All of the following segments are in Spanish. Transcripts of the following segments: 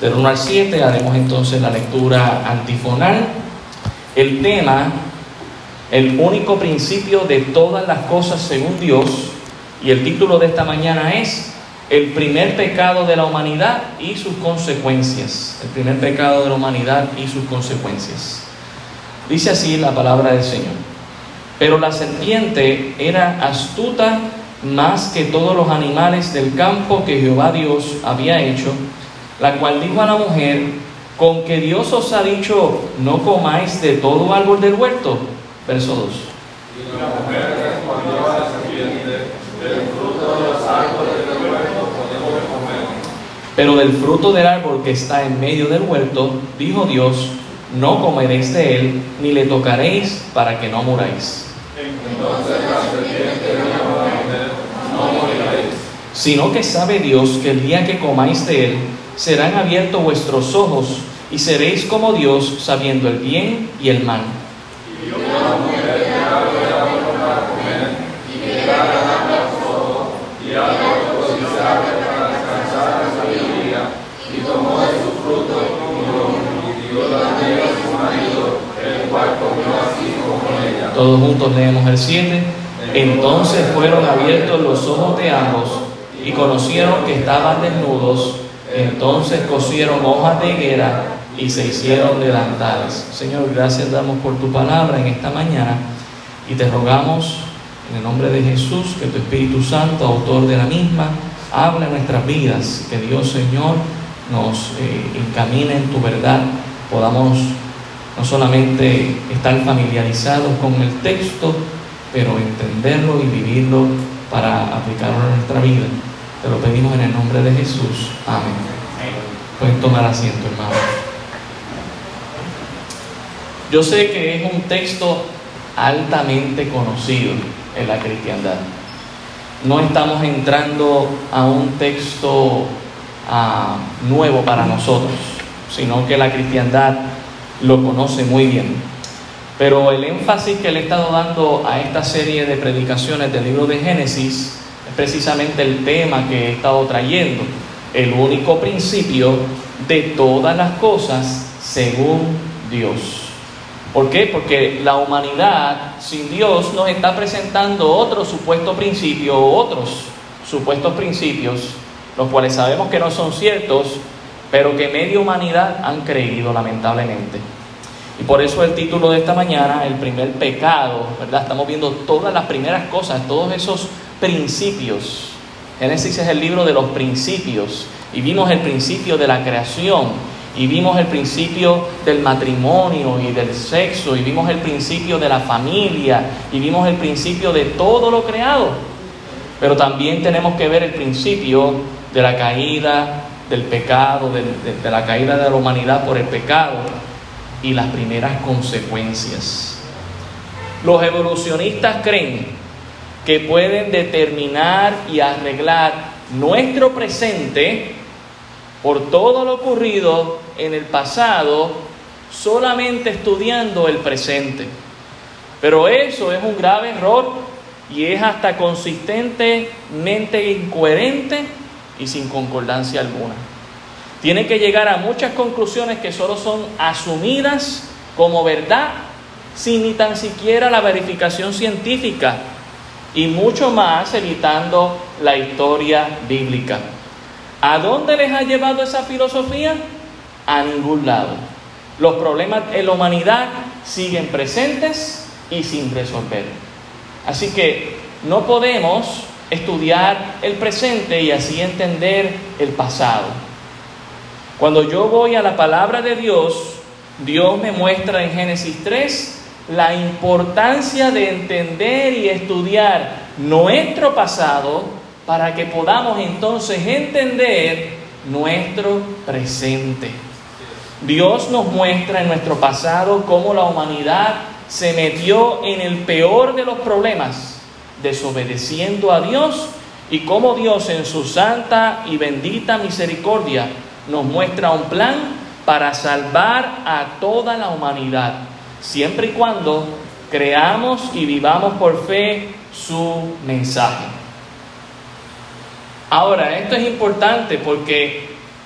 del 1 al 7. Haremos entonces la lectura antifonal. El tema: el único principio de todas las cosas según Dios. Y el título de esta mañana es: el primer pecado de la humanidad y sus consecuencias. El primer pecado de la humanidad y sus consecuencias. Dice así la palabra del Señor: pero la serpiente era astuta más que todos los animales del campo que Jehová Dios había hecho, la cual dijo a la mujer: ¿con que Dios os ha dicho, no comáis de todo árbol del huerto? Verso 2. Y la mujer respondió a la serpiente: del fruto de los árboles del huerto podemos comer. Pero del fruto del árbol que está en medio del huerto, dijo Dios, no comeréis de él, ni le tocaréis, para que no muráis. Entonces la serpiente dijo a la mujer: no moriréis. Sino que sabe Dios que el día que comáis de él, serán abiertos vuestros ojos, y seréis como Dios, sabiendo el bien y el mal. Y vio la mujer que el árbol era bueno para comer, y que era agradable a los ojos, y árbol codiciable para alcanzar la sabiduría, y tomó de su fruto y comió, y dio también a su marido, el cual comió así como ella. Todos juntos leemos el 7. Entonces fueron abiertos los ojos de ambos, y conocieron que estaban desnudos. Entonces cosieron hojas de higuera y se hicieron delantales. Señor, gracias damos por tu palabra en esta mañana, y te rogamos en el nombre de Jesús que tu Espíritu Santo, autor de la misma, hable en nuestras vidas, que Dios, Señor, nos encamine en tu verdad, podamos no solamente estar familiarizados con el texto, pero entenderlo y vivirlo para aplicarlo a nuestra vida. Te lo pedimos en el nombre de Jesús. Amén. Pueden tomar asiento, hermanos. Yo sé que es un texto altamente conocido en la cristiandad. No estamos entrando a un texto nuevo para nosotros, sino que la cristiandad lo conoce muy bien. Pero el énfasis que le he estado dando a esta serie de predicaciones del libro de Génesis es precisamente el tema que he estado trayendo: el único principio de todas las cosas según Dios. ¿Por qué? Porque la humanidad sin Dios nos está presentando otro supuesto principio, o otros supuestos principios, los cuales sabemos que no son ciertos, pero que media humanidad han creído, lamentablemente. Y por eso el título de esta mañana, el primer pecado, ¿verdad? Estamos viendo todas las primeras cosas, todos esos principios. Génesis es el libro de los principios, y vimos el principio de la creación, y vimos el principio del matrimonio y del sexo, y vimos el principio de la familia, y vimos el principio de todo lo creado. Pero también tenemos que ver el principio de la caída, del pecado, de la caída de la humanidad por el pecado y las primeras consecuencias. Los evolucionistas creen que pueden determinar y arreglar nuestro presente por todo lo ocurrido en el pasado solamente estudiando el presente. Pero eso es un grave error, y es hasta consistentemente incoherente y sin concordancia alguna. Tiene que llegar a muchas conclusiones que solo son asumidas como verdad, sin ni tan siquiera la verificación científica, y mucho más evitando la historia bíblica. ¿A dónde les ha llevado esa filosofía? A ningún lado. Los problemas en la humanidad siguen presentes y sin resolver. Así que no podemos estudiar el presente y así entender el pasado. Cuando yo voy a la palabra de Dios, Dios me muestra en Génesis 3 la importancia de entender y estudiar nuestro pasado para que podamos entonces entender nuestro presente. Dios nos muestra en nuestro pasado cómo la humanidad se metió en el peor de los problemas, desobedeciendo a Dios, y cómo Dios en su santa y bendita misericordia nos muestra un plan para salvar a toda la humanidad, siempre y cuando creamos y vivamos por fe su mensaje. Ahora, esto es importante porque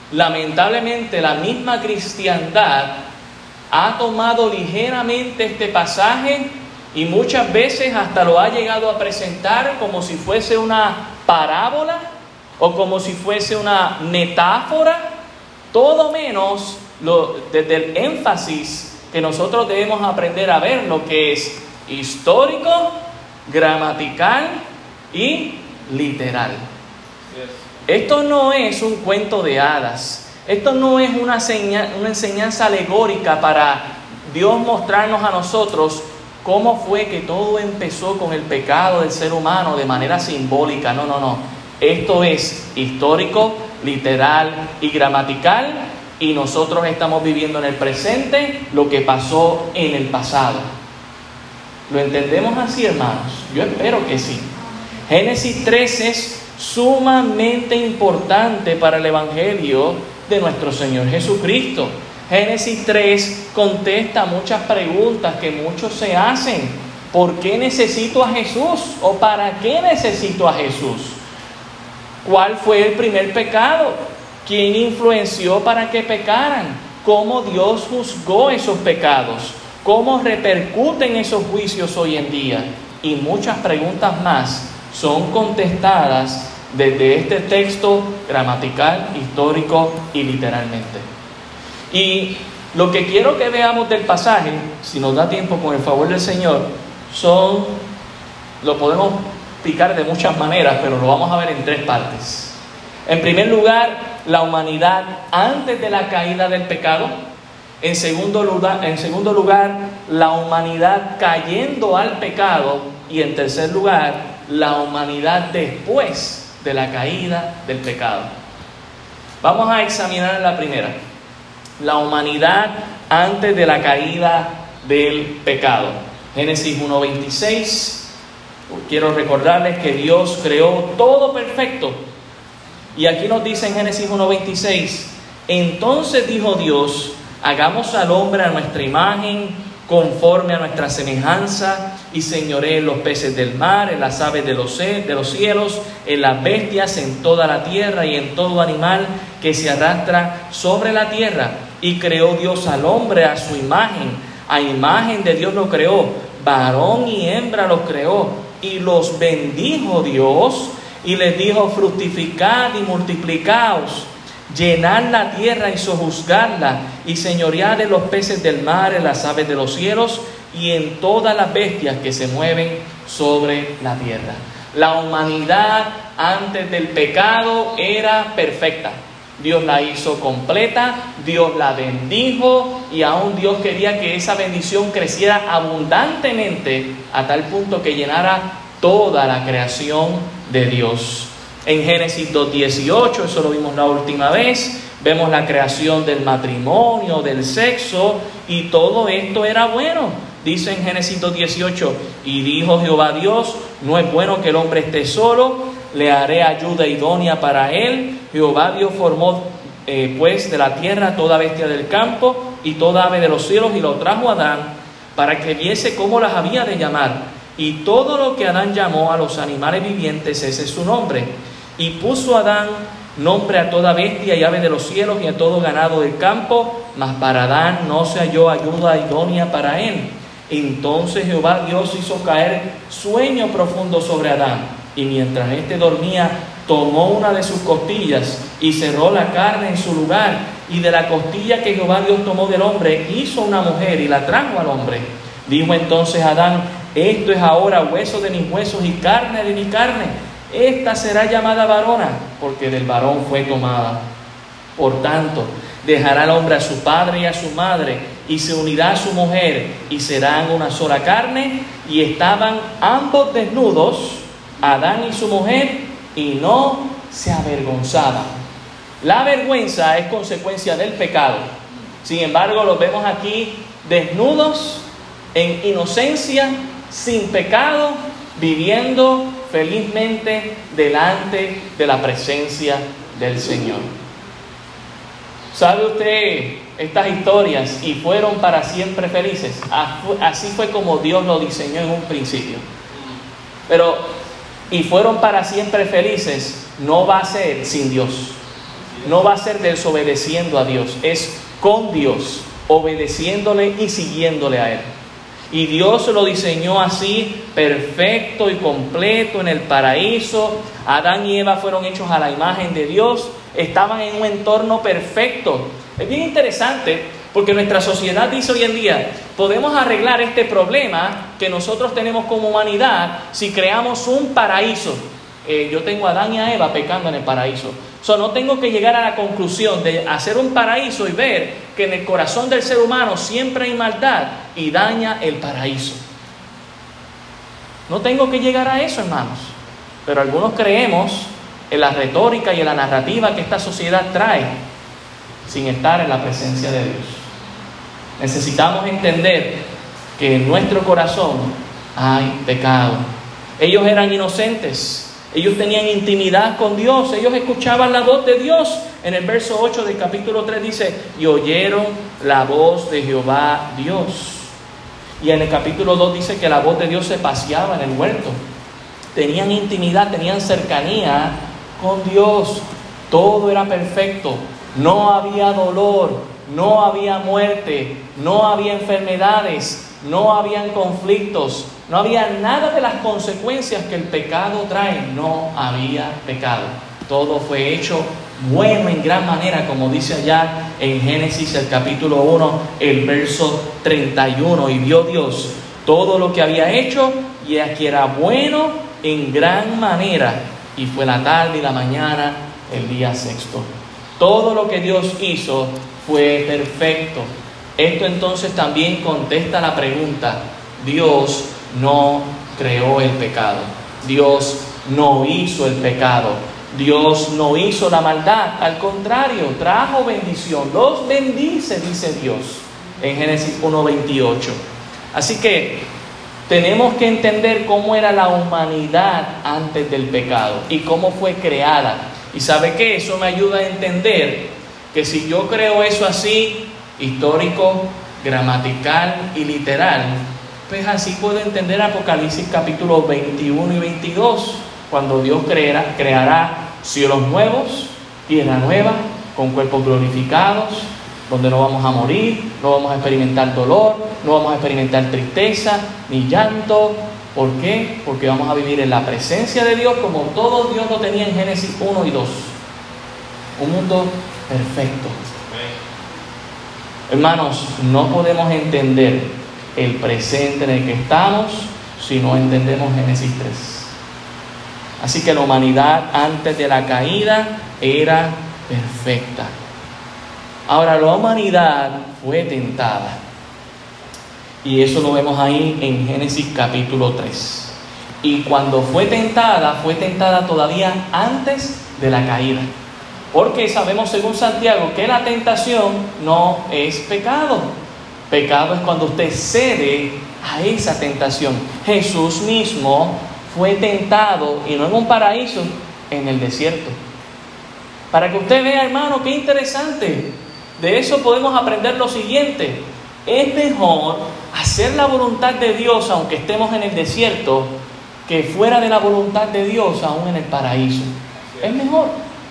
lamentablemente la misma cristiandad ha tomado ligeramente este pasaje y muchas veces hasta lo ha llegado a presentar como si fuese una parábola o como si fuese una metáfora, todo menos desde el énfasis que nosotros debemos aprender a ver lo que es histórico, gramatical y literal. Esto no es un cuento de hadas. Esto no es una enseñanza alegórica para Dios mostrarnos a nosotros cómo fue que todo empezó con el pecado del ser humano de manera simbólica. No. Esto es histórico, literal y gramatical, y nosotros estamos viviendo en el presente lo que pasó en el pasado. ¿Lo entendemos así, hermanos? Yo espero que sí. Génesis 3 es sumamente importante para el Evangelio de nuestro Señor Jesucristo. Génesis 3 contesta muchas preguntas que muchos se hacen. ¿Por qué necesito a Jesús? ¿O para qué necesito a Jesús? ¿Cuál fue el primer pecado? ¿Quién influenció para que pecaran? ¿Cómo Dios juzgó esos pecados? ¿Cómo repercuten esos juicios hoy en día? Y muchas preguntas más son contestadas desde este texto gramatical, histórico y literalmente. Y lo que quiero que veamos del pasaje, si nos da tiempo con el favor del Señor, lo podemos explicar de muchas maneras, pero lo vamos a ver en 3 partes. En primer lugar, la humanidad antes de la caída del pecado. En segundo lugar, la humanidad cayendo al pecado. Y en tercer lugar, la humanidad después de la caída del pecado. Vamos a examinar la primera. La humanidad antes de la caída del pecado. Génesis 1:26. Quiero recordarles que Dios creó todo perfecto. Y aquí nos dice en Génesis 1:26: entonces dijo Dios, hagamos al hombre a nuestra imagen, conforme a nuestra semejanza, y señoree en los peces del mar, en las aves de los cielos, en las bestias, en toda la tierra y en todo animal que se arrastra sobre la tierra. Y creó Dios al hombre a su imagen, a imagen de Dios lo creó, varón y hembra los creó, y los bendijo Dios, y les dijo: fructificad y multiplicaos, llenad la tierra y sojuzgadla, y señoread en los peces del mar, en las aves de los cielos, y en todas las bestias que se mueven sobre la tierra. La humanidad antes del pecado era perfecta. Dios la hizo completa, Dios la bendijo, y aún Dios quería que esa bendición creciera abundantemente a tal punto que llenara toda la creación de Dios. En Génesis 2:18, eso lo vimos la última vez, vemos la creación del matrimonio, del sexo, y todo esto era bueno. Dice en Génesis 2:18: y dijo Jehová Dios, no es bueno que el hombre esté solo, le haré ayuda idónea para él. Jehová Dios formó pues de la tierra toda bestia del campo y toda ave de los cielos, y lo trajo a Adán para que viese cómo las había de llamar. Y todo lo que Adán llamó a los animales vivientes, ese es su nombre. Y puso Adán nombre a toda bestia y ave de los cielos y a todo ganado del campo, mas para Adán no se halló ayuda idónea para él. Entonces Jehová Dios hizo caer sueño profundo sobre Adán, y mientras éste dormía, tomó una de sus costillas y cerró la carne en su lugar, y de la costilla que Jehová Dios tomó del hombre, hizo una mujer y la trajo al hombre. Dijo entonces Adán: esto es ahora hueso de mis huesos y carne de mi carne. Esta será llamada varona, porque del varón fue tomada. Por tanto, dejará el hombre a su padre y a su madre, y se unirá a su mujer, y serán una sola carne. Y estaban ambos desnudos, Adán y su mujer, y no se avergonzaban. La vergüenza es consecuencia del pecado. Sin embargo, los vemos aquí desnudos, en inocencia, sin pecado, viviendo felizmente delante de la presencia del Señor. ¿Sabe usted estas historias? Y fueron para siempre felices. Así fue como Dios lo diseñó en un principio. Pero, y fueron para siempre felices, no va a ser sin Dios. No va a ser desobedeciendo a Dios, es con Dios, obedeciéndole y siguiéndole a Él. Y Dios lo diseñó así, perfecto y completo en el paraíso. Adán y Eva fueron hechos a la imagen de Dios, estaban en un entorno perfecto. Es bien interesante porque nuestra sociedad dice hoy en día, podemos arreglar este problema que nosotros tenemos como humanidad si creamos un paraíso. Yo tengo a Adán y a Eva pecando en el paraíso. No tengo que llegar a la conclusión de hacer un paraíso y ver que en el corazón del ser humano siempre hay maldad y daña el paraíso. No tengo que llegar a eso, hermanos. Pero algunos creemos en la retórica y en la narrativa que esta sociedad trae sin estar en la presencia de Dios. Necesitamos entender que en nuestro corazón hay pecado. Ellos eran inocentes. Ellos tenían intimidad con Dios, ellos escuchaban la voz de Dios. En el verso 8 del capítulo 3 dice, y oyeron la voz de Jehová Dios. Y en el capítulo 2 dice que la voz de Dios se paseaba en el huerto. Tenían intimidad, tenían cercanía con Dios. Todo era perfecto, no había dolor, no había muerte, no había enfermedades, no habían conflictos. No había nada de las consecuencias que el pecado trae. No había pecado. Todo fue hecho bueno en gran manera, como dice allá en Génesis el capítulo 1, el verso 31. Y vio Dios todo lo que había hecho, y aquí era bueno en gran manera. Y fue la tarde y la mañana, el día sexto. Todo lo que Dios hizo fue perfecto. Esto entonces también contesta la pregunta: Dios no creó el pecado. Dios no hizo el pecado. Dios no hizo la maldad. Al contrario, trajo bendición. Los bendice, dice Dios en Génesis 1:28. Así que tenemos que entender cómo era la humanidad antes del pecado y cómo fue creada. ¿Y sabe qué? Eso me ayuda a entender que si yo creo eso así, histórico, gramatical y literal, pues así puedo entender Apocalipsis capítulos 21 y 22, cuando Dios creará cielos nuevos, tierra nueva, con cuerpos glorificados, donde no vamos a morir, no vamos a experimentar dolor, no vamos a experimentar tristeza ni llanto. ¿Por qué? Porque vamos a vivir en la presencia de Dios como todo Dios lo tenía en Génesis 1 y 2. Un mundo perfecto. Hermanos, no podemos entender el presente en el que estamos si no entendemos Génesis 3. Así que la humanidad antes de la caída era perfecta. Ahora, la humanidad fue tentada. Y eso lo vemos ahí en Génesis capítulo 3. Y cuando fue tentada todavía antes de la caída. Porque sabemos según Santiago que la tentación no es pecado. Pecado es cuando usted cede a esa tentación. Jesús mismo fue tentado, y no en un paraíso, en el desierto. Para que usted vea, hermano, qué interesante. De eso podemos aprender lo siguiente: es mejor hacer la voluntad de Dios aunque estemos en el desierto, que fuera de la voluntad de Dios aún en el paraíso. Es mejor.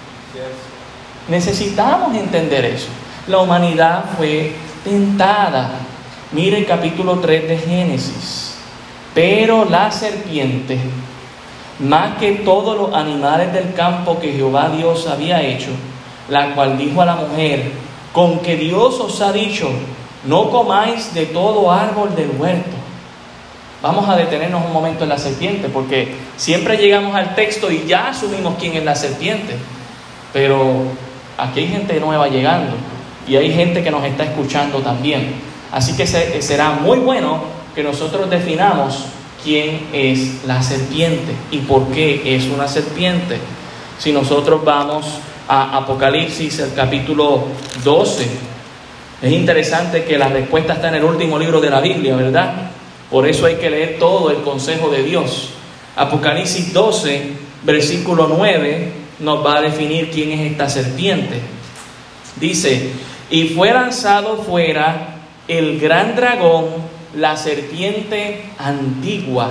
Necesitamos entender eso. La humanidad fue tentada. Mire el capítulo 3 de Génesis. Pero la serpiente, más que todos los animales del campo que Jehová Dios había hecho, la cual dijo a la mujer: con que Dios os ha dicho, no comáis de todo árbol del huerto. Vamos a detenernos un momento en la serpiente, porque siempre llegamos al texto y ya asumimos quién es la serpiente. Pero aquí hay gente nueva llegando y hay gente que nos está escuchando también. Así que será muy bueno que nosotros definamos quién es la serpiente y por qué es una serpiente. Si nosotros vamos a Apocalipsis, el capítulo 12, es interesante que la respuesta está en el último libro de la Biblia, ¿verdad? Por eso hay que leer todo el consejo de Dios. Apocalipsis 12, versículo 9, nos va a definir quién es esta serpiente. Dice: y fue lanzado fuera el gran dragón, la serpiente antigua.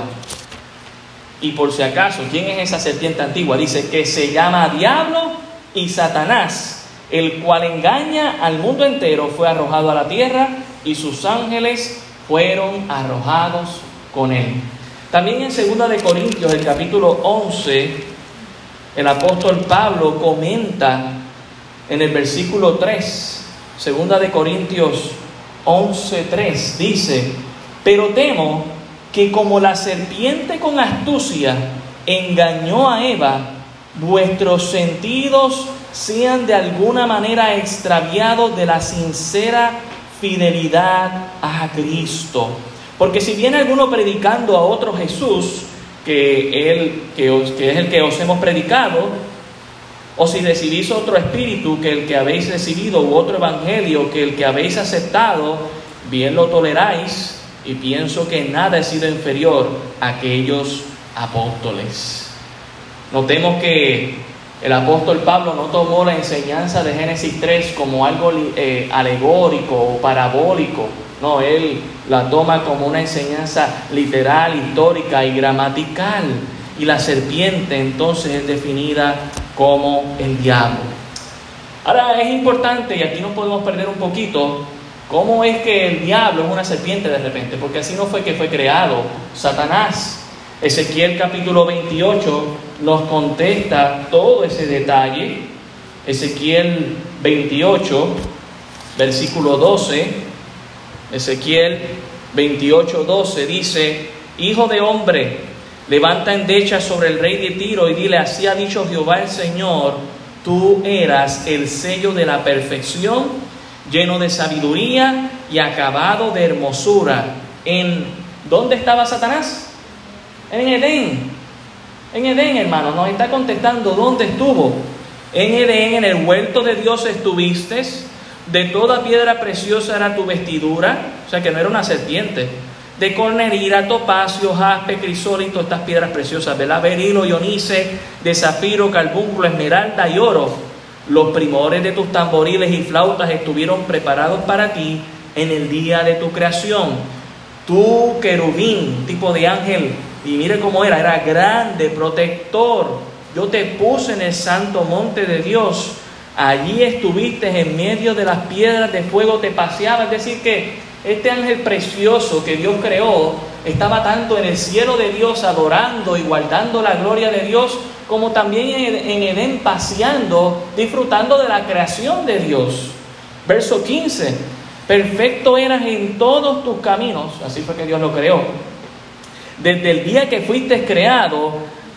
Y por si acaso, ¿quién es esa serpiente antigua? Dice que se llama Diablo y Satanás, el cual engaña al mundo entero, fue arrojado a la tierra y sus ángeles fueron arrojados con él. También en 2 de Corintios, el capítulo 11, el apóstol Pablo comenta en el versículo 3, 2 de Corintios 11:3, dice: pero temo que como la serpiente con astucia engañó a Eva, vuestros sentidos sean de alguna manera extraviados de la sincera fidelidad a Cristo. Porque si viene alguno predicando a otro Jesús, que es el que os hemos predicado, o si recibís otro espíritu que el que habéis recibido, u otro evangelio que el que habéis aceptado, bien lo toleráis, y pienso que nada he sido inferior a aquellos apóstoles. Notemos que el apóstol Pablo no tomó la enseñanza de Génesis 3 como algo alegórico o parabólico. No, él la toma como una enseñanza literal, histórica y gramatical. Y la serpiente entonces es definida como el diablo. Ahora es importante, y aquí no podemos perder un poquito, cómo es que el diablo es una serpiente de repente, porque así no fue que fue creado Satanás. Ezequiel capítulo 28 nos contesta todo ese detalle. Ezequiel 28, versículo 12. Ezequiel 28:12 dice: hijo de hombre, levanta endecha sobre el rey de Tiro y dile: así ha dicho Jehová el Señor, tú eras el sello de la perfección, lleno de sabiduría y acabado de hermosura. ¿Dónde estaba Satanás? En Edén. En Edén, hermano, nos está contestando dónde estuvo. En Edén, en el huerto de Dios estuviste. De toda piedra preciosa era tu vestidura, o sea que no era una serpiente. De cornerita, topacio, jaspe, crisólito, estas piedras preciosas, ¿verdad? Berilo y onice, de zafiro, carbunclo, esmeralda y oro. Los primores de tus tamboriles y flautas estuvieron preparados para ti en el día de tu creación. Tú, querubín, tipo de ángel, y mire cómo era grande, protector. Yo te puse en el santo monte de Dios. Allí estuviste en medio de las piedras de fuego, te paseaba. Es decir que este ángel precioso que Dios creó estaba tanto en el cielo de Dios adorando y guardando la gloria de Dios, como también en Edén paseando, disfrutando de la creación de Dios. Verso 15: perfecto eras en todos tus caminos, así fue que Dios lo creó, desde el día que fuiste creado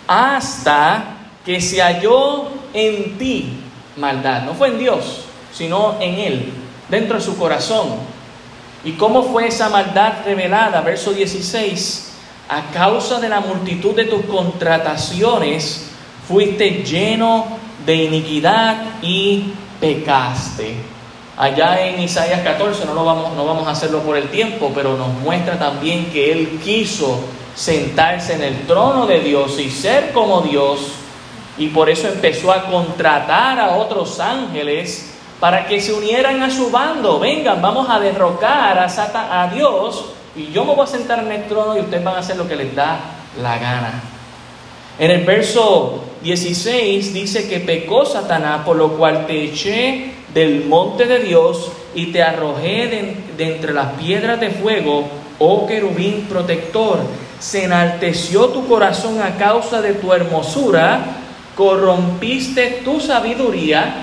hasta que se halló en ti maldad. No fue en Dios, sino en Él, dentro de su corazón. ¿Y cómo fue esa maldad revelada? Verso 16: a causa de la multitud de tus contrataciones fuiste lleno de iniquidad y pecaste. Allá en Isaías 14, no vamos a hacerlo por el tiempo, pero nos muestra también que Él quiso sentarse en el trono de Dios y ser como Dios, y por eso empezó a contratar a otros ángeles para que se unieran a su bando. Vengan, vamos a derrocar a Dios, y yo me voy a sentar en el trono y ustedes van a hacer lo que les da la gana. En el verso 16 dice que pecó Satanás, por lo cual te eché del monte de Dios y te arrojé de entre las piedras de fuego, oh querubín protector. Se enalteció tu corazón a causa de tu hermosura, corrompiste tu sabiduría.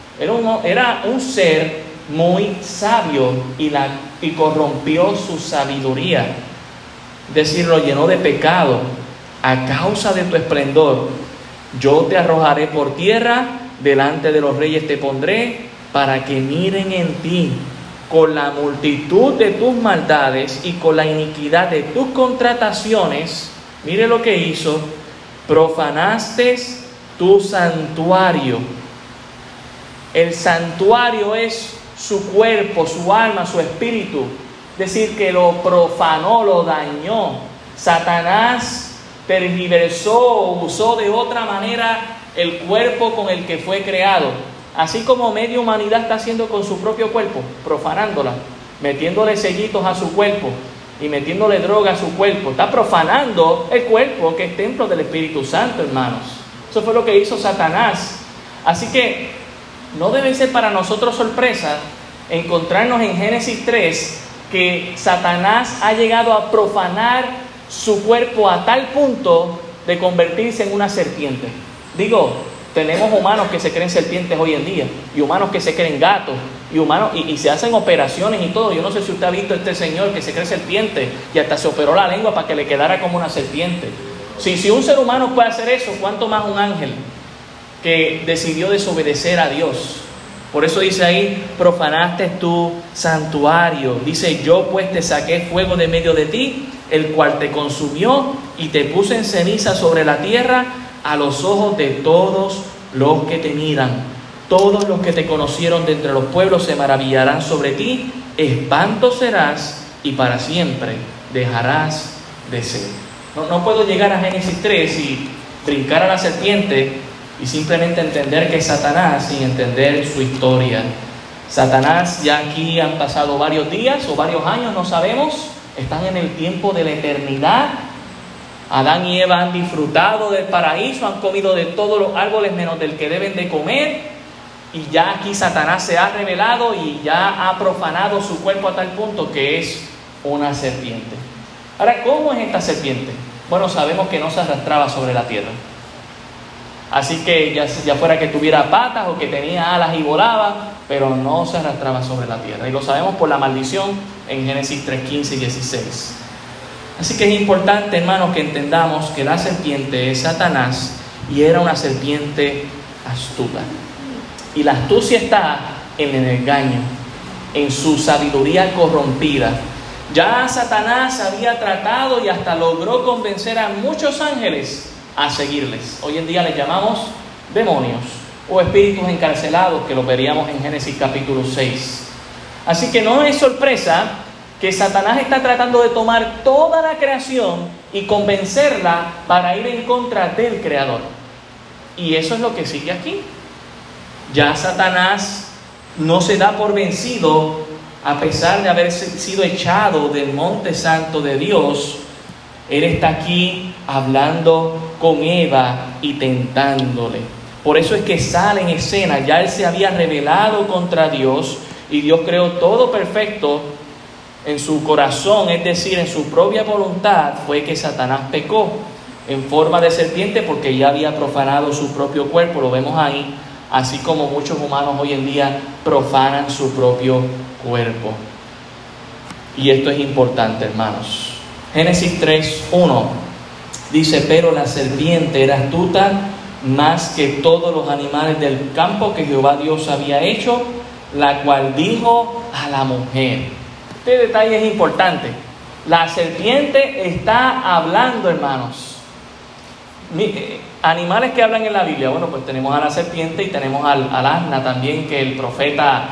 Era un ser muy sabio y corrompió su sabiduría. Es decir, lo llenó de pecado. A causa de tu esplendor, yo te arrojaré por tierra, delante de los reyes te pondré, para que miren en ti. Con la multitud de tus maldades y con la iniquidad de tus contrataciones, mire lo que hizo: profanaste tu santuario. El santuario es su cuerpo, su alma, su espíritu. Es decir, que lo profanó, lo dañó. Satanás tergiversó, usó de otra manera el cuerpo con el que fue creado. Así como media humanidad está haciendo con su propio cuerpo, profanándola, metiéndole sellitos a su cuerpo y metiéndole droga a su cuerpo. Está profanando el cuerpo, que es templo del Espíritu Santo, hermanos. Eso fue lo que hizo Satanás. Así que no debe ser para nosotros sorpresa encontrarnos en Génesis 3 que Satanás ha llegado a profanar su cuerpo a tal punto de convertirse en una serpiente. Digo, tenemos humanos que se creen serpientes hoy en día, y humanos que se creen gatos, y humanos y se hacen operaciones y todo. Yo no sé si usted ha visto a este señor que se cree serpiente y hasta se operó la lengua para que le quedara como una serpiente. Si un ser humano puede hacer eso, ¿cuánto más un ángel que decidió desobedecer a Dios? Por eso dice ahí, profanaste tu santuario. Dice, yo pues te saqué fuego de medio de ti, el cual te consumió, y te puse en ceniza sobre la tierra a los ojos de todos los que te miran. Todos los que te conocieron de entre los pueblos se maravillarán sobre ti, espanto serás y para siempre dejarás de ser. No puedo llegar a Génesis 3 y brincar a la serpiente y simplemente entender que es Satanás sin entender su historia. Satanás, ya aquí han pasado varios días o varios años, no sabemos, están en el tiempo de la eternidad. Adán y Eva han disfrutado del paraíso, han comido de todos los árboles menos del que deben de comer, y ya aquí Satanás se ha revelado y ya ha profanado su cuerpo a tal punto que es una serpiente. Ahora, ¿cómo es esta serpiente? Bueno, sabemos que no se arrastraba sobre la tierra. Así que ya fuera que tuviera patas o que tenía alas y volaba, pero no se arrastraba sobre la tierra. Y lo sabemos por la maldición en Génesis 3:15 y 16. Así que es importante, hermanos, que entendamos que la serpiente es Satanás y era una serpiente astuta. Y la astucia está en el engaño, en su sabiduría corrompida. Ya Satanás había tratado y hasta logró convencer a muchos ángeles a seguirles. Hoy en día les llamamos demonios o espíritus encarcelados, que los veríamos en Génesis capítulo 6. Así que no es sorpresa que Satanás está tratando de tomar toda la creación y convencerla para ir en contra del Creador. Y eso es lo que sigue aquí. Ya Satanás no se da por vencido, a pesar de haber sido echado del monte santo de Dios. Él está aquí hablando con Eva y tentándole. Por eso es que sale en escena. Ya él se había rebelado contra Dios y Dios creó todo perfecto en su corazón, es decir, en su propia voluntad. Fue que Satanás pecó en forma de serpiente porque ya había profanado su propio cuerpo. Lo vemos ahí, así como muchos humanos hoy en día profanan su propio cuerpo. Y esto es importante, hermanos. Génesis 3:1 dice, pero la serpiente era astuta más que todos los animales del campo que Jehová Dios había hecho, la cual dijo a la mujer. Este detalle es importante. La serpiente está hablando, hermanos. Animales que hablan en la Biblia. Bueno, pues tenemos a la serpiente y tenemos al asna también, que el profeta,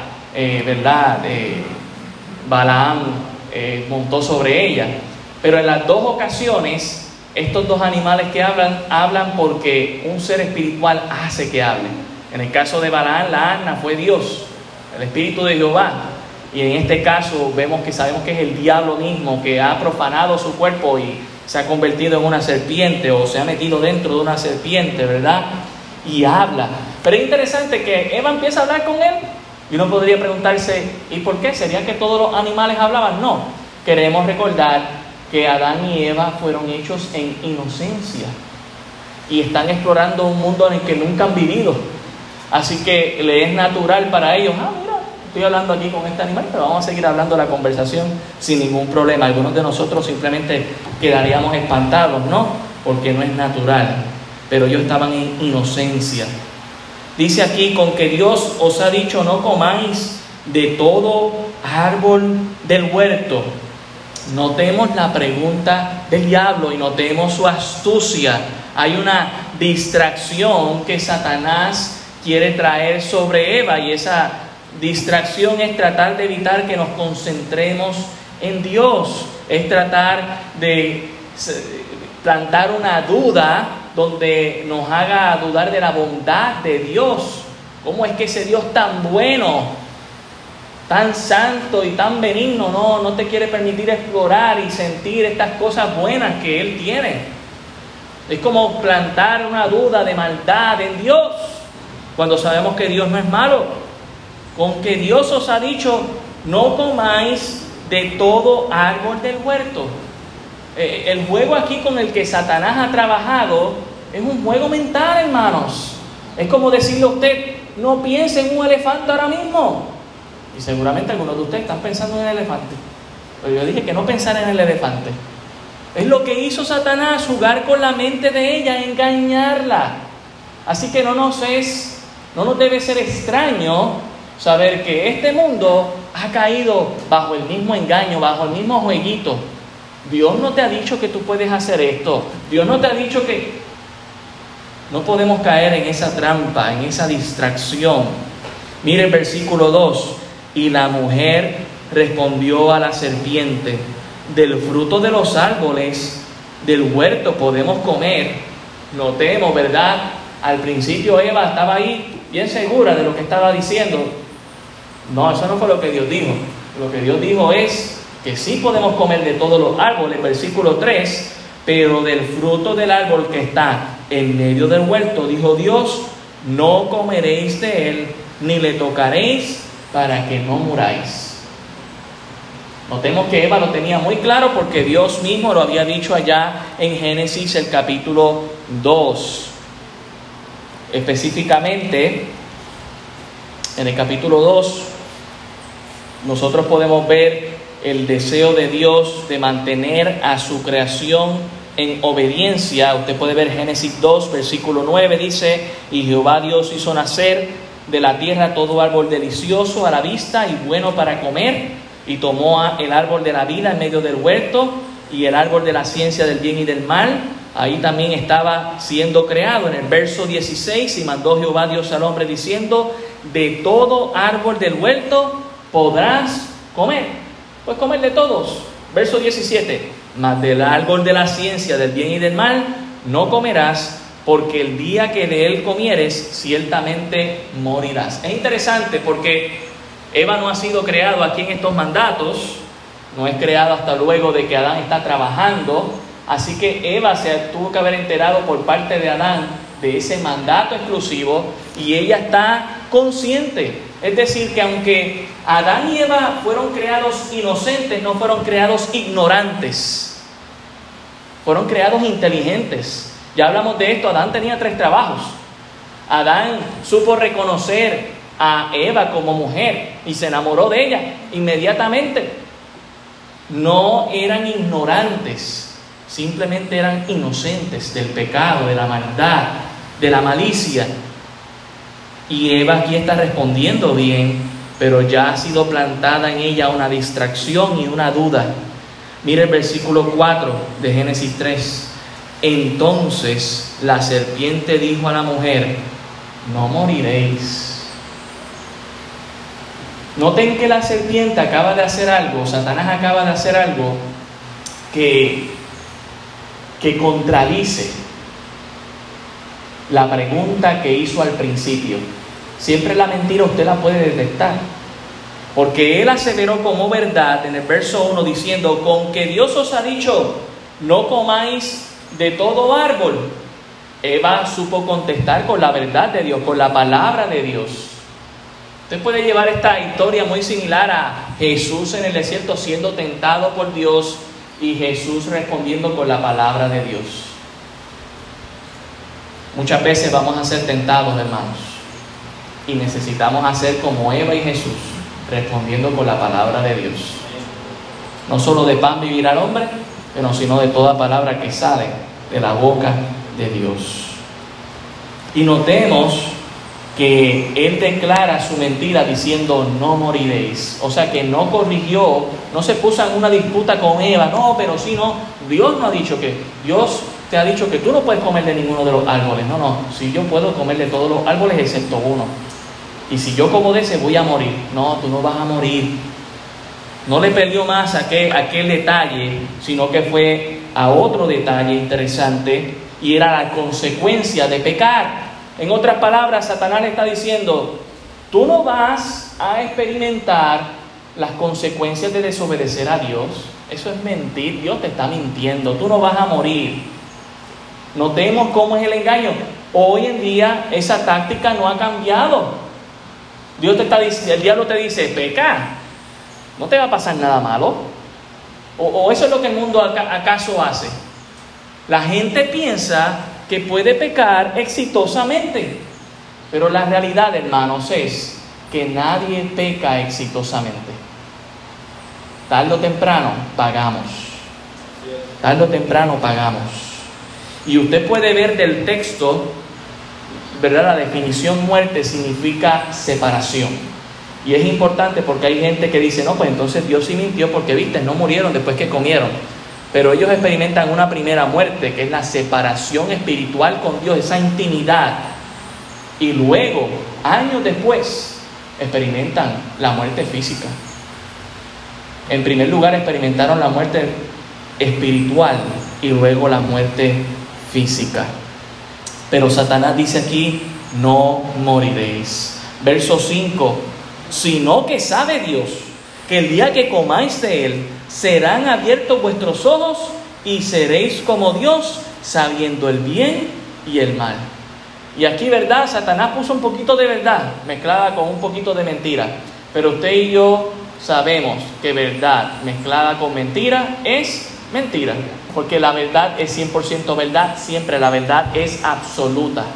Balaam montó sobre ella. Pero en las dos ocasiones, estos dos animales que hablan porque un ser espiritual hace que hablen. En el caso de Balaam, la asna fue Dios, el Espíritu de Jehová. Y en este caso sabemos que es el diablo mismo que ha profanado su cuerpo y se ha convertido en una serpiente, o se ha metido dentro de una serpiente, ¿verdad? Y habla. Pero es interesante que Eva empieza a hablar con él. Y uno podría preguntarse, ¿y por qué? ¿Sería que todos los animales hablaban? No. Queremos recordar que Adán y Eva fueron hechos en inocencia y están explorando un mundo en el que nunca han vivido. Así que le es natural para ellos, mira, estoy hablando aquí con este animal, pero vamos a seguir hablando la conversación sin ningún problema. Algunos de nosotros simplemente quedaríamos espantados, ¿no? Porque no es natural. Pero ellos estaban en inocencia. Dice aquí, con que Dios os ha dicho, no comáis de todo árbol del huerto. Notemos la pregunta del diablo y notemos su astucia. Hay una distracción que Satanás quiere traer sobre Eva, y esa distracción es tratar de evitar que nos concentremos en Dios. Es tratar de plantar una duda donde nos haga dudar de la bondad de Dios. ¿Cómo es que ese Dios tan bueno, tan santo y tan benigno no te quiere permitir explorar y sentir estas cosas buenas que Él tiene? Es como plantar una duda de maldad en Dios. cuando sabemos que Dios no es malo? Con que Dios os ha dicho, no comáis de todo árbol del huerto. El juego aquí con el que Satanás ha trabajado es un juego mental, hermanos. Es como decirle a usted, no piense en un elefante ahora mismo. Y seguramente algunos de ustedes están pensando en el elefante. Pero yo dije que no pensara en el elefante. Es lo que hizo Satanás, jugar con la mente de ella, engañarla. Así que no nos debe ser extraño saber que este mundo ha caído bajo el mismo engaño, bajo el mismo jueguito. Dios no te ha dicho que tú puedes hacer esto. Dios no te ha dicho que... No podemos caer en esa trampa, en esa distracción. Mire el versículo 2. Y la mujer respondió a la serpiente, del fruto de los árboles del huerto podemos comer. Notemos, ¿verdad? Al principio Eva estaba ahí bien segura de lo que estaba diciendo. No, eso no fue lo que Dios dijo. Lo que Dios dijo es que sí podemos comer de todos los árboles, versículo 3, pero del fruto del árbol que está en medio del huerto, dijo Dios, no comeréis de él, ni le tocaréis para que no muráis. Notemos que Eva lo tenía muy claro porque Dios mismo lo había dicho allá en Génesis el capítulo 2. Específicamente, en el capítulo 2, nosotros podemos ver el deseo de Dios de mantener a su creación en obediencia. Usted puede ver Génesis 2, versículo 9, dice, y Jehová Dios hizo nacer de la tierra todo árbol delicioso a la vista y bueno para comer, y tomó el árbol de la vida en medio del huerto y el árbol de la ciencia del bien y del mal. Ahí también estaba siendo creado. En el verso 16, y mandó Jehová Dios al hombre diciendo, de todo árbol del huerto podrás comer. Puedes comer de todos. Verso 17, mas del árbol de la ciencia del bien y del mal no comerás, porque el día que de él comieres, ciertamente morirás. Es interesante porque Eva no ha sido creado aquí en estos mandatos, no es creado hasta luego de que Adán está trabajando. Así que Eva se tuvo que haber enterado por parte de Adán de ese mandato exclusivo y ella está consciente. Es decir, que aunque Adán y Eva fueron creados inocentes, no fueron creados ignorantes. Fueron creados inteligentes. Ya hablamos de esto, Adán tenía 3 trabajos. Adán supo reconocer a Eva como mujer y se enamoró de ella inmediatamente. No eran ignorantes, simplemente eran inocentes del pecado, de la maldad, de la malicia. Y Eva aquí está respondiendo bien, pero ya ha sido plantada en ella una distracción y una duda. Mire el versículo 4 de Génesis 3. Entonces la serpiente dijo a la mujer, no moriréis. Noten que la serpiente acaba de hacer algo, Satanás acaba de hacer algo que contradice la pregunta que hizo al principio. Siempre la mentira usted la puede detectar, porque él aseveró como verdad en el verso 1 diciendo, con que Dios os ha dicho, no comáis de todo árbol. Eva supo contestar con la verdad de Dios, con la palabra de Dios. Usted puede llevar esta historia muy similar a Jesús en el desierto siendo tentado por Dios y Jesús respondiendo con la palabra de Dios. Muchas veces vamos a ser tentados, hermanos, y necesitamos hacer como Eva y Jesús, respondiendo con la palabra de Dios. No solo de pan vivirá el hombre, sino de toda palabra que sale de la boca de Dios. Y notemos que él declara su mentira diciendo no moriréis. O sea que no corrigió, no se puso en una disputa con Eva. No, pero sí, no. Dios no ha dicho que, Dios te ha dicho que tú no puedes comer de ninguno de los árboles. No, si yo puedo comer de todos los árboles excepto uno. Y si yo como de ese voy a morir. No, tú no vas a morir. No le perdió más a aquel detalle, sino que fue a otro detalle interesante y era la consecuencia de pecar. En otras palabras, Satanás le está diciendo, tú no vas a experimentar las consecuencias de desobedecer a Dios. Eso es mentir, Dios te está mintiendo, tú no vas a morir. Notemos cómo es el engaño. Hoy en día esa táctica no ha cambiado. El diablo te dice, peca, no te va a pasar nada malo. O eso es lo que el mundo acaso hace. La gente piensa que puede pecar exitosamente, pero la realidad, hermanos, es que nadie peca exitosamente. Tarde o temprano pagamos. Tarde o temprano pagamos. Y usted puede ver del texto, ¿verdad? La definición muerte significa separación. Y es importante porque hay gente que dice, no, pues entonces Dios sí mintió porque, viste, no murieron después que comieron. Pero ellos experimentan una primera muerte, que es la separación espiritual con Dios, esa intimidad. Y luego, años después, experimentan la muerte física. En primer lugar, experimentaron la muerte espiritual y luego la muerte física. Pero Satanás dice aquí, no moriréis. Verso 5, sino que sabe Dios que el día que comáis de él, serán abiertos vuestros ojos y seréis como Dios, sabiendo el bien y el mal. Y aquí, ¿verdad? Satanás puso un poquito de verdad mezclada con un poquito de mentira. Pero usted y yo sabemos que verdad mezclada con mentira es mentira. Porque la verdad es 100% verdad, siempre la verdad es absoluta.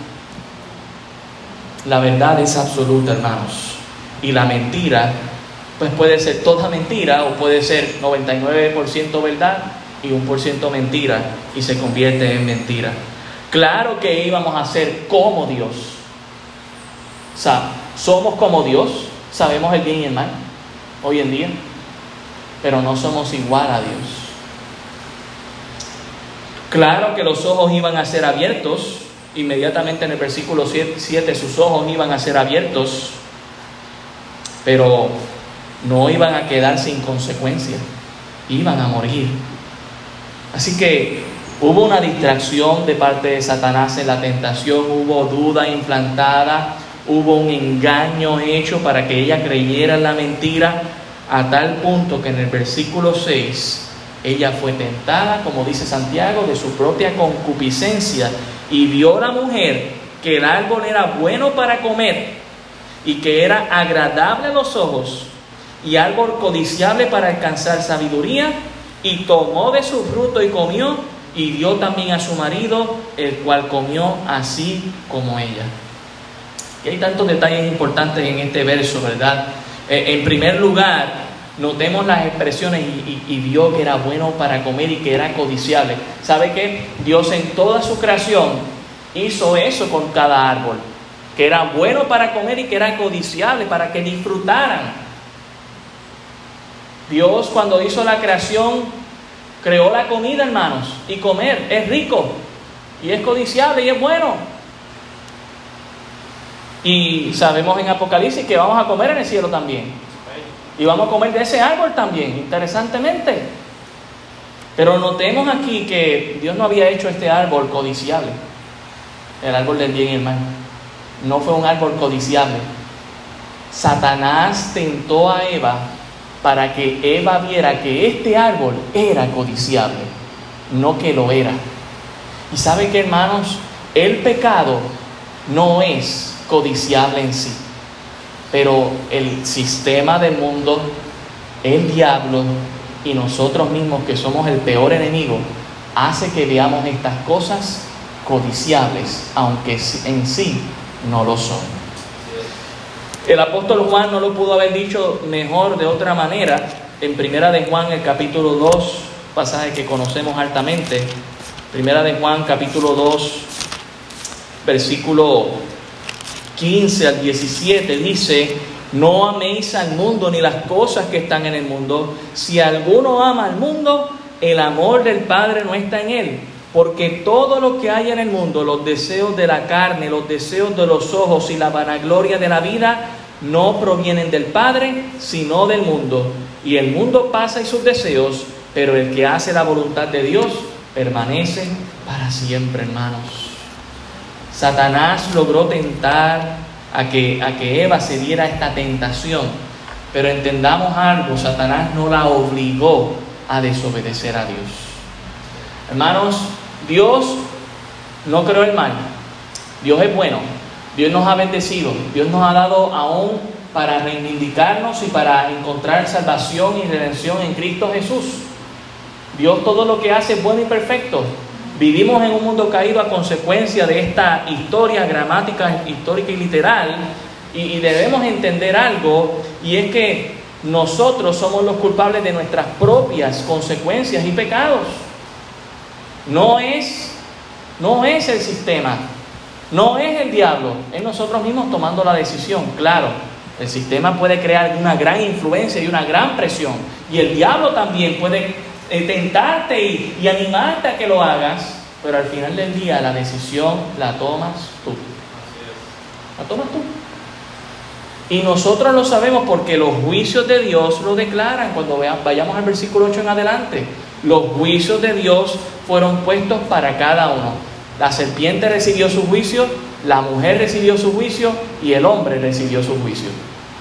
La verdad es absoluta, hermanos. Y la mentira, pues puede ser toda mentira o puede ser 99% verdad y 1% mentira y se convierte en mentira. Claro que íbamos a ser como Dios. O sea, somos como Dios, sabemos el bien y el mal hoy en día, pero no somos igual a Dios. Claro que los ojos iban a ser abiertos, inmediatamente en el versículo 7 sus ojos iban a ser abiertos, pero no iban a quedar sin consecuencia, iban a morir. Así que hubo una distracción de parte de Satanás en la tentación, hubo duda implantada, hubo un engaño hecho para que ella creyera en la mentira, a tal punto que en el versículo 6 ella fue tentada, como dice Santiago, de su propia concupiscencia, y vio la mujer que el árbol era bueno para comer y que era agradable a los ojos y árbol codiciable para alcanzar sabiduría, y tomó de su fruto y comió, y dio también a su marido, el cual comió así como ella. Y hay tantos detalles importantes en este verso, ¿verdad? En primer lugar, notemos las expresiones y vio que era bueno para comer y que era codiciable. ¿Sabe qué? Dios en toda su creación hizo eso con cada árbol, que era bueno para comer y que era codiciable para que disfrutaran. Dios, cuando hizo la creación, creó la comida, hermanos, y comer es rico y es codiciable y es bueno. Y sabemos en Apocalipsis que vamos a comer en el cielo también, y vamos a comer de ese árbol también, interesantemente. Pero notemos aquí que Dios no había hecho este árbol codiciable, el árbol del bien y el mal. No fue un árbol codiciable. Satanás tentó a Eva para que Eva viera que este árbol era codiciable, no que lo era. Y sabe que, hermanos, el pecado no es codiciable en sí, pero el sistema del mundo, el diablo y nosotros mismos, que somos el peor enemigo, hace que veamos estas cosas codiciables, aunque en sí no lo son. El apóstol Juan no lo pudo haber dicho mejor de otra manera. En Primera de Juan, el capítulo 2, pasaje que conocemos altamente. Primera de Juan, capítulo 2, versículo 15 al 17, dice: no améis al mundo ni las cosas que están en el mundo. Si alguno ama al mundo, el amor del Padre no está en él. Porque todo lo que hay en el mundo, los deseos de la carne, los deseos de los ojos y la vanagloria de la vida, no provienen del Padre, sino del mundo. Y el mundo pasa y sus deseos, pero el que hace la voluntad de Dios permanece para siempre, hermanos. Satanás logró tentar a que Eva se diera esta tentación, pero entendamos algo: Satanás no la obligó a desobedecer a Dios. Hermanos, Dios no creó el mal, Dios es bueno, Dios nos ha bendecido, Dios nos ha dado aún para reivindicarnos y para encontrar salvación y redención en Cristo Jesús. Dios todo lo que hace es bueno y perfecto. Vivimos en un mundo caído a consecuencia de esta historia, gramática histórica y literal, y debemos entender algo, y es que nosotros somos los culpables de nuestras propias consecuencias y pecados. No es el sistema, no es el diablo, es nosotros mismos tomando la decisión. Claro, el sistema puede crear una gran influencia y una gran presión, y el diablo también puede tentarte y animarte a que lo hagas, pero al final del día la decisión la tomas tú. La tomas tú. Y nosotros lo sabemos porque los juicios de Dios lo declaran. Cuando vayamos al versículo 8 en adelante, los juicios de Dios fueron puestos para cada uno. La serpiente recibió su juicio, la mujer recibió su juicio y el hombre recibió su juicio.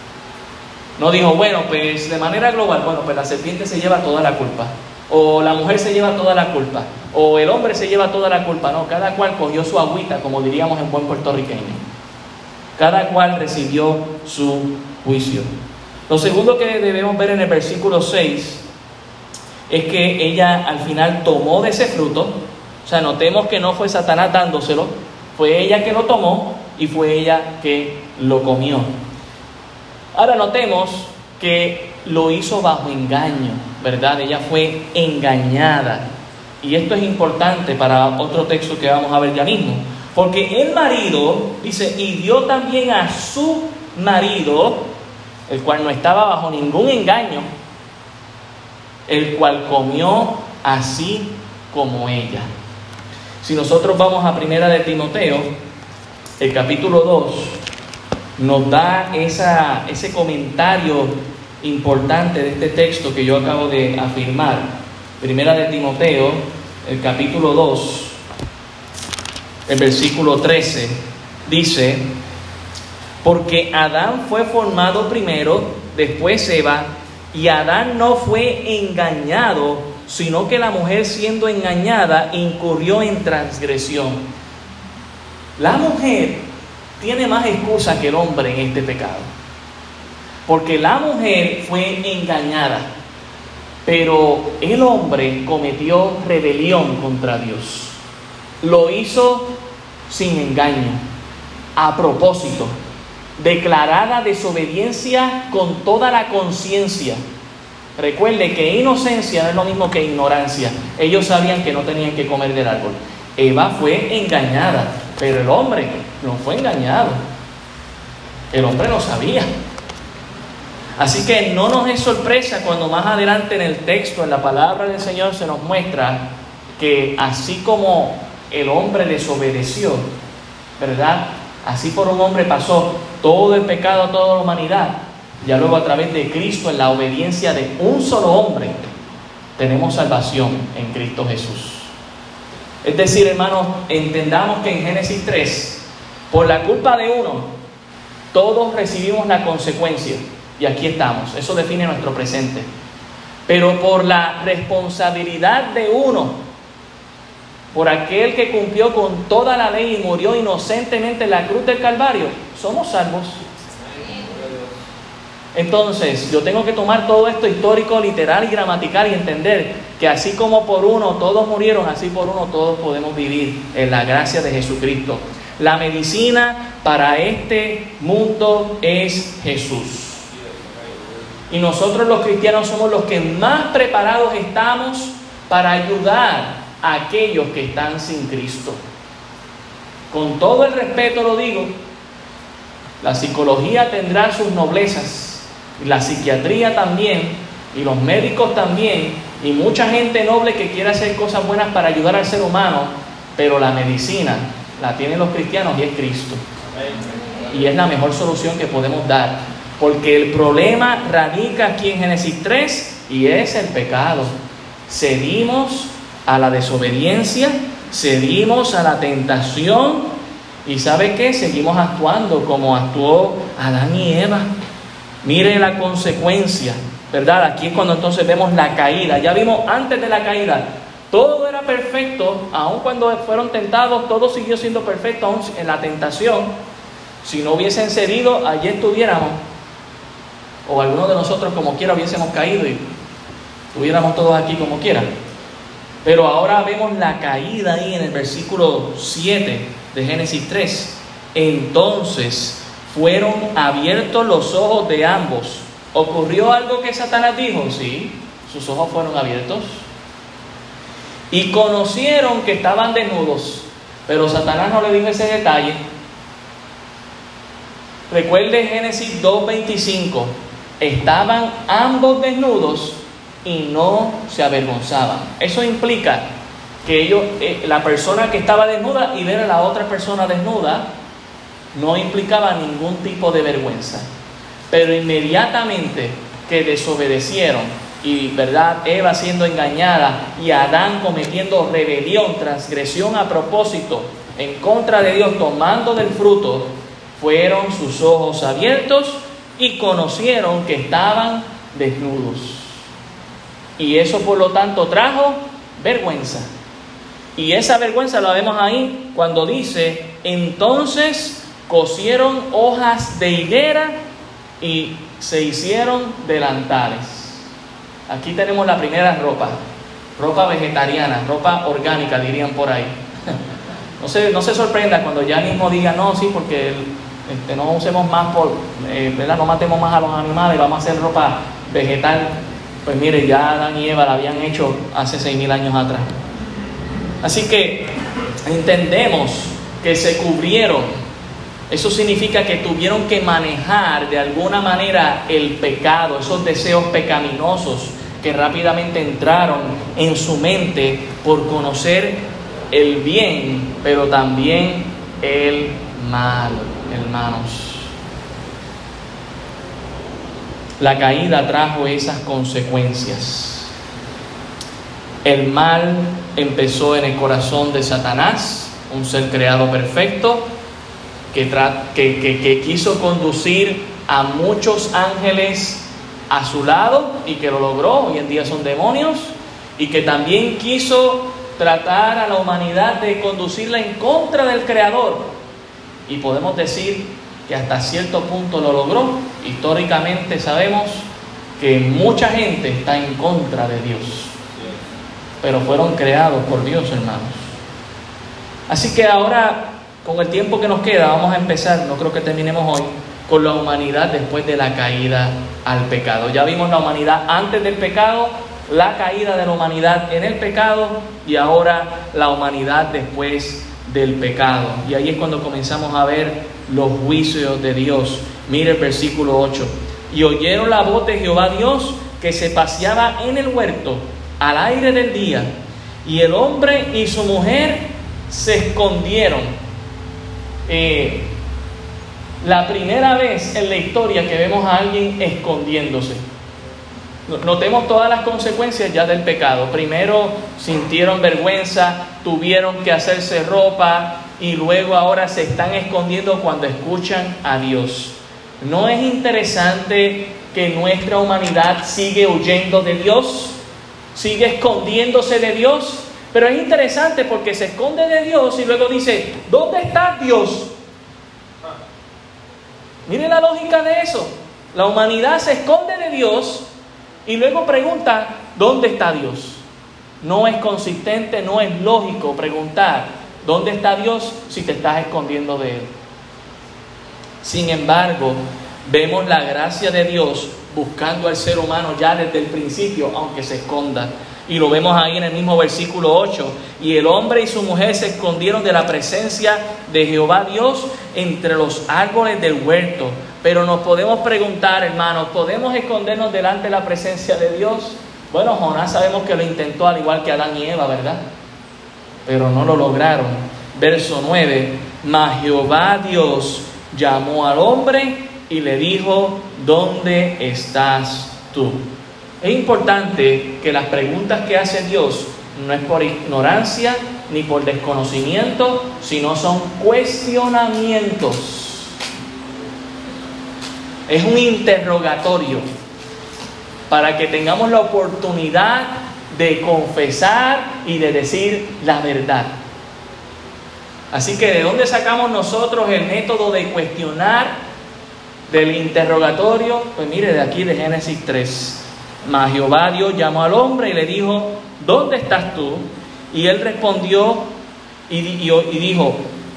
No dijo, bueno, pues de manera global, bueno, pues la serpiente se lleva toda la culpa, o la mujer se lleva toda la culpa, o el hombre se lleva toda la culpa. No, cada cual cogió su agüita, como diríamos en buen puertorriqueño. Cada cual recibió su juicio. Lo segundo que debemos ver en el versículo 6 es que ella al final tomó de ese fruto. O sea, notemos que no fue Satanás dándoselo, fue ella que lo tomó y fue ella que lo comió. Ahora notemos que lo hizo bajo engaño, ¿verdad? Ella fue engañada. Y esto es importante para otro texto que vamos a ver ya mismo. Porque el marido, dice, y dio también a su marido, el cual no estaba bajo ningún engaño, el cual comió así como ella. Si nosotros vamos a Primera de Timoteo, el capítulo 2, nos da ese comentario importante de este texto que yo acabo de afirmar. Primera de Timoteo, el capítulo 2, el versículo 13, dice: porque Adán fue formado primero, después Eva, y Adán no fue engañado, sino que la mujer, siendo engañada, incurrió en transgresión. La mujer tiene más excusa que el hombre en este pecado, porque la mujer fue engañada, pero el hombre cometió rebelión contra Dios. Lo hizo sin engaño, a propósito, declarada desobediencia con toda la conciencia. Recuerde que inocencia no es lo mismo que ignorancia. Ellos sabían que no tenían que comer del árbol. Eva fue engañada, pero el hombre no fue engañado. El hombre lo sabía. Así que no nos es sorpresa cuando más adelante en el texto, en la palabra del Señor, se nos muestra que así como el hombre desobedeció, ¿verdad? Así por un hombre pasó todo el pecado a toda la humanidad. Ya luego a través de Cristo, en la obediencia de un solo hombre, tenemos salvación en Cristo Jesús. Es decir, hermanos, entendamos que en Génesis 3, por la culpa de uno, todos recibimos la consecuencia. Y aquí estamos, eso define nuestro presente. Pero por la responsabilidad de uno, por aquel que cumplió con toda la ley y murió inocentemente en la cruz del Calvario, somos salvos. Entonces, yo tengo que tomar todo esto histórico, literal y gramatical y entender que así como por uno todos murieron, así por uno todos podemos vivir en la gracia de Jesucristo. La medicina para este mundo es Jesús. Y nosotros los cristianos somos los que más preparados estamos para ayudar a aquellos que están sin Cristo. Con todo el respeto lo digo, la psicología tendrá sus noblezas, la psiquiatría también, y los médicos también, y mucha gente noble que quiere hacer cosas buenas para ayudar al ser humano, pero la medicina la tienen los cristianos y es Cristo. Y es la mejor solución que podemos dar. Porque el problema radica aquí en Génesis 3 y es el pecado. Cedimos a la desobediencia, cedimos a la tentación y ¿sabe qué? Seguimos actuando como actuó Adán y Eva. Mire la consecuencia, ¿verdad? Aquí es cuando entonces vemos la caída. Ya vimos antes de la caída Todo era perfecto, aun cuando fueron tentados, todo siguió siendo perfecto, aun en la tentación. Si no hubiesen cedido, allí estuviéramos, o algunos de nosotros como quiera hubiésemos caído y estuviéramos todos aquí como quiera. Pero ahora vemos la caída ahí en el versículo 7 de Génesis 3. Entonces fueron abiertos los ojos de ambos. ¿Ocurrió algo que Satanás dijo? Sí, sus ojos fueron abiertos. Y conocieron que estaban desnudos, pero Satanás no le dijo ese detalle. Recuerde Génesis 2:25, estaban ambos desnudos y no se avergonzaban. Eso implica que ellos, la persona que estaba desnuda y ver a la otra persona desnuda, no implicaba ningún tipo de vergüenza. Pero inmediatamente que desobedecieron, y verdad, Eva siendo engañada y Adán cometiendo rebelión, transgresión a propósito en contra de Dios, tomando del fruto, fueron sus ojos abiertos y conocieron que estaban desnudos. Y eso por lo tanto trajo vergüenza. Y esa vergüenza la vemos ahí cuando dice, entonces cosieron hojas de higuera y se hicieron delantales. Aquí tenemos la primera ropa vegetariana, ropa orgánica, dirían por ahí. No se sorprenda cuando ya mismo diga, no, sí, porque no usemos más, ¿verdad? No matemos más a los animales, vamos a hacer ropa vegetal. Pues mire, ya Adán y Eva la habían hecho hace 6,000 años atrás. Así que entendemos que se cubrieron. Eso significa que tuvieron que manejar de alguna manera el pecado, esos deseos pecaminosos que rápidamente entraron en su mente por conocer el bien, pero también el mal, hermanos. La caída trajo esas consecuencias. El mal empezó en el corazón de Satanás, un ser creado perfecto, que quiso conducir a muchos ángeles a su lado y que lo logró. Hoy en día son demonios. Y que también quiso tratar a la humanidad de conducirla en contra del Creador. Y podemos decir que hasta cierto punto lo logró. Históricamente sabemos que mucha gente está en contra de Dios, pero fueron creados por Dios, hermanos. Así que ahora, con el tiempo que nos queda, vamos a empezar, no creo que terminemos hoy, con la humanidad después de la caída al pecado. Ya vimos la humanidad antes del pecado, la caída de la humanidad en el pecado y ahora la humanidad después del pecado. Y ahí es cuando comenzamos a ver los juicios de Dios. Mire el versículo 8. Y oyeron la voz de Jehová Dios que se paseaba en el huerto al aire del día, y el hombre y su mujer se escondieron. La primera vez en la historia que vemos a alguien escondiéndose. Notemos todas las consecuencias ya del pecado. Primero sintieron vergüenza, tuvieron que hacerse ropa y luego ahora se están escondiendo cuando escuchan a Dios. ¿No es interesante que nuestra humanidad sigue huyendo de Dios? Sigue escondiéndose de Dios. Pero es interesante porque se esconde de Dios y luego dice, ¿dónde está Dios? Mire la lógica de eso. La humanidad se esconde de Dios y luego pregunta, ¿dónde está Dios? No es consistente, no es lógico preguntar, ¿dónde está Dios si te estás escondiendo de Él? Sin embargo, vemos la gracia de Dios buscando al ser humano ya desde el principio, aunque se esconda. Y lo vemos ahí en el mismo versículo 8. Y el hombre y su mujer se escondieron de la presencia de Jehová Dios entre los árboles del huerto. Pero nos podemos preguntar, hermanos, ¿podemos escondernos delante de la presencia de Dios? Bueno, Jonás sabemos que lo intentó al igual que Adán y Eva, ¿verdad? Pero no lo lograron. Verso 9. Mas Jehová Dios llamó al hombre y le dijo, ¿dónde estás tú? Es importante que las preguntas que hace Dios no es por ignorancia ni por desconocimiento, sino son cuestionamientos. Es un interrogatorio para que tengamos la oportunidad de confesar y de decir la verdad. Así que ¿de dónde sacamos nosotros el método de cuestionar del interrogatorio? Pues mire, de aquí de Génesis 3. Mas Jehová Dios llamó al hombre y le dijo: ¿dónde estás tú? Y él respondió y dijo: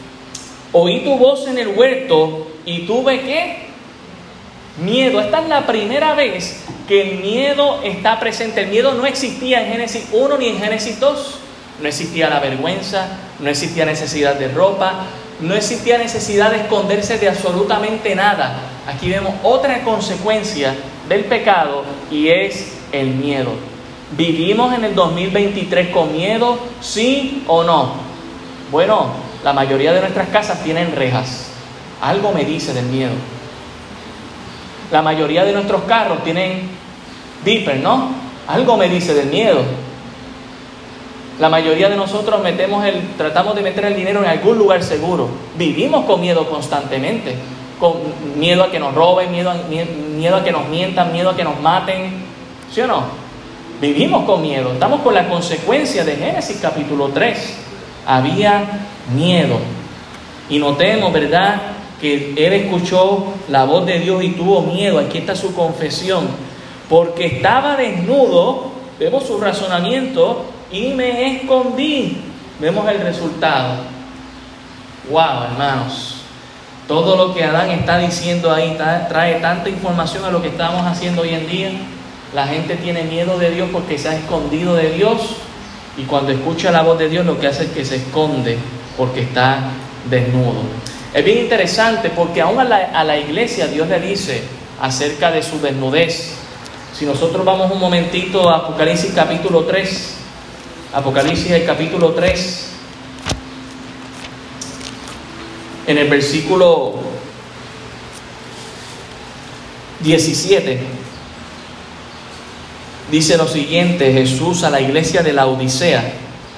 oí tu voz en el huerto y tuve ¿qué? Miedo. Esta es la primera vez que el miedo está presente. El miedo no existía en Génesis 1 ni en Génesis 2. No existía la vergüenza, no existía necesidad de ropa, no existía necesidad de esconderse de absolutamente nada. Aquí vemos otra consecuencia del pecado y es el miedo. ¿Vivimos en el 2023 con miedo? ¿Sí o no? Bueno, la mayoría de nuestras casas tienen rejas. Algo me dice del miedo. La mayoría de nuestros carros tienen beeper, ¿no? Algo me dice del miedo. La mayoría de nosotros tratamos de meter el dinero en algún lugar seguro. Vivimos con miedo constantemente. Con miedo a que nos roben, miedo a que nos mientan, miedo a que nos maten. ¿Sí o no? Vivimos con miedo. Estamos con la consecuencia de Génesis capítulo 3. Había miedo. Y notemos, ¿verdad?, que él escuchó la voz de Dios y tuvo miedo. Aquí está su confesión. Porque estaba desnudo, vemos su razonamiento, y me escondí. Vemos el resultado. Wow, hermanos. Todo lo que Adán está diciendo ahí trae tanta información a lo que estamos haciendo hoy en día. La gente tiene miedo de Dios porque se ha escondido de Dios. Y cuando escucha la voz de Dios, lo que hace es que se esconde porque está desnudo. Es bien interesante porque aún a la iglesia Dios le dice acerca de su desnudez. Si nosotros vamos un momentito a Apocalipsis capítulo 3. Apocalipsis el capítulo 3. En el versículo 17. Dice lo siguiente Jesús a la iglesia de la Odisea: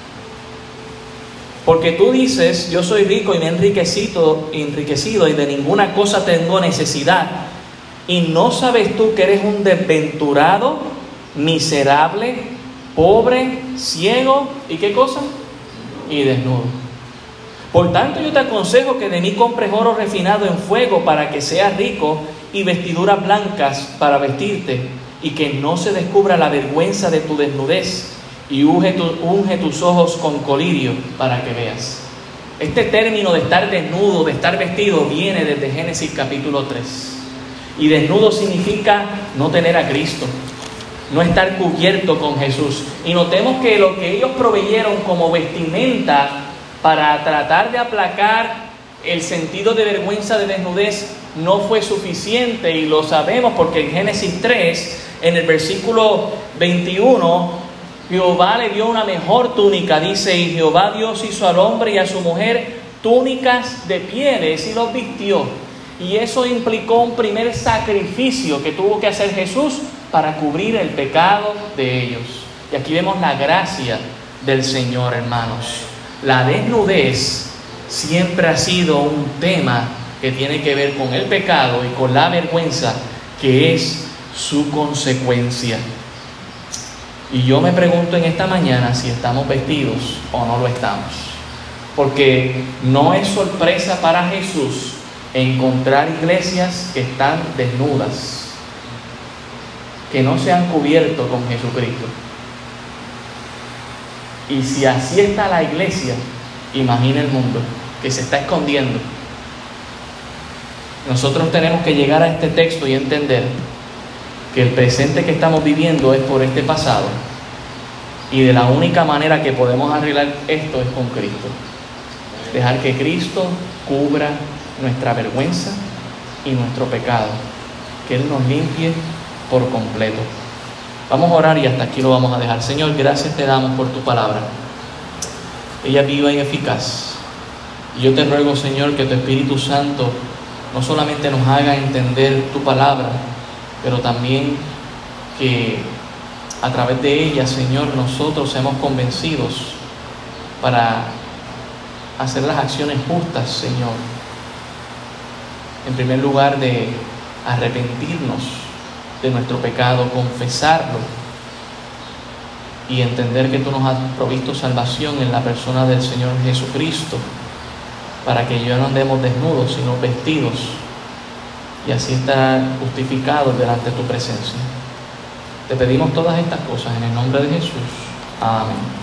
porque tú dices, yo soy rico y me he enriquecido y de ninguna cosa tengo necesidad, y no sabes tú que eres un desventurado, miserable, pobre, ciego, ¿y qué cosa? Y desnudo. Por tanto yo te aconsejo que de mí compres oro refinado en fuego para que seas rico, y vestiduras blancas para vestirte, y que no se descubra la vergüenza de tu desnudez, y unge tus ojos con colirio para que veas. Este término de estar desnudo, de estar vestido, viene desde Génesis capítulo 3. Y desnudo significa no tener a Cristo, no estar cubierto con Jesús. Y notemos que lo que ellos proveyeron como vestimenta para tratar de aplacar el sentido de vergüenza de desnudez no fue suficiente, y lo sabemos porque en Génesis 3, en el versículo 21, Jehová le dio una mejor túnica. Dice: y Jehová Dios hizo al hombre y a su mujer túnicas de pieles y los vistió. Y eso implicó un primer sacrificio que tuvo que hacer Jesús para cubrir el pecado de ellos. Y aquí vemos la gracia del Señor, hermanos. La desnudez siempre ha sido un tema que tiene que ver con el pecado y con la vergüenza que es su consecuencia. Y yo me pregunto en esta mañana si estamos vestidos o no lo estamos. Porque no es sorpresa para Jesús encontrar iglesias que están desnudas, que no se han cubierto con Jesucristo. Y si así está la iglesia, imagina el mundo que se está escondiendo. Nosotros tenemos que llegar a este texto y entender que el presente que estamos viviendo es por este pasado, y de la única manera que podemos arreglar esto es con Cristo. Dejar que Cristo cubra nuestra vergüenza y nuestro pecado, que Él nos limpie por completo. Vamos a orar y hasta aquí lo vamos a dejar. Señor, gracias te damos por tu palabra. Ella es viva y eficaz. Y yo te ruego, Señor, que tu Espíritu Santo no solamente nos haga entender tu palabra, pero también que a través de ella, Señor, nosotros seamos convencidos para hacer las acciones justas, Señor. En primer lugar, de arrepentirnos de nuestro pecado, confesarlo y entender que tú nos has provisto salvación en la persona del Señor Jesucristo, para que ya no andemos desnudos, sino vestidos, y así estar justificados delante de tu presencia. Te pedimos todas estas cosas en el nombre de Jesús. Amén.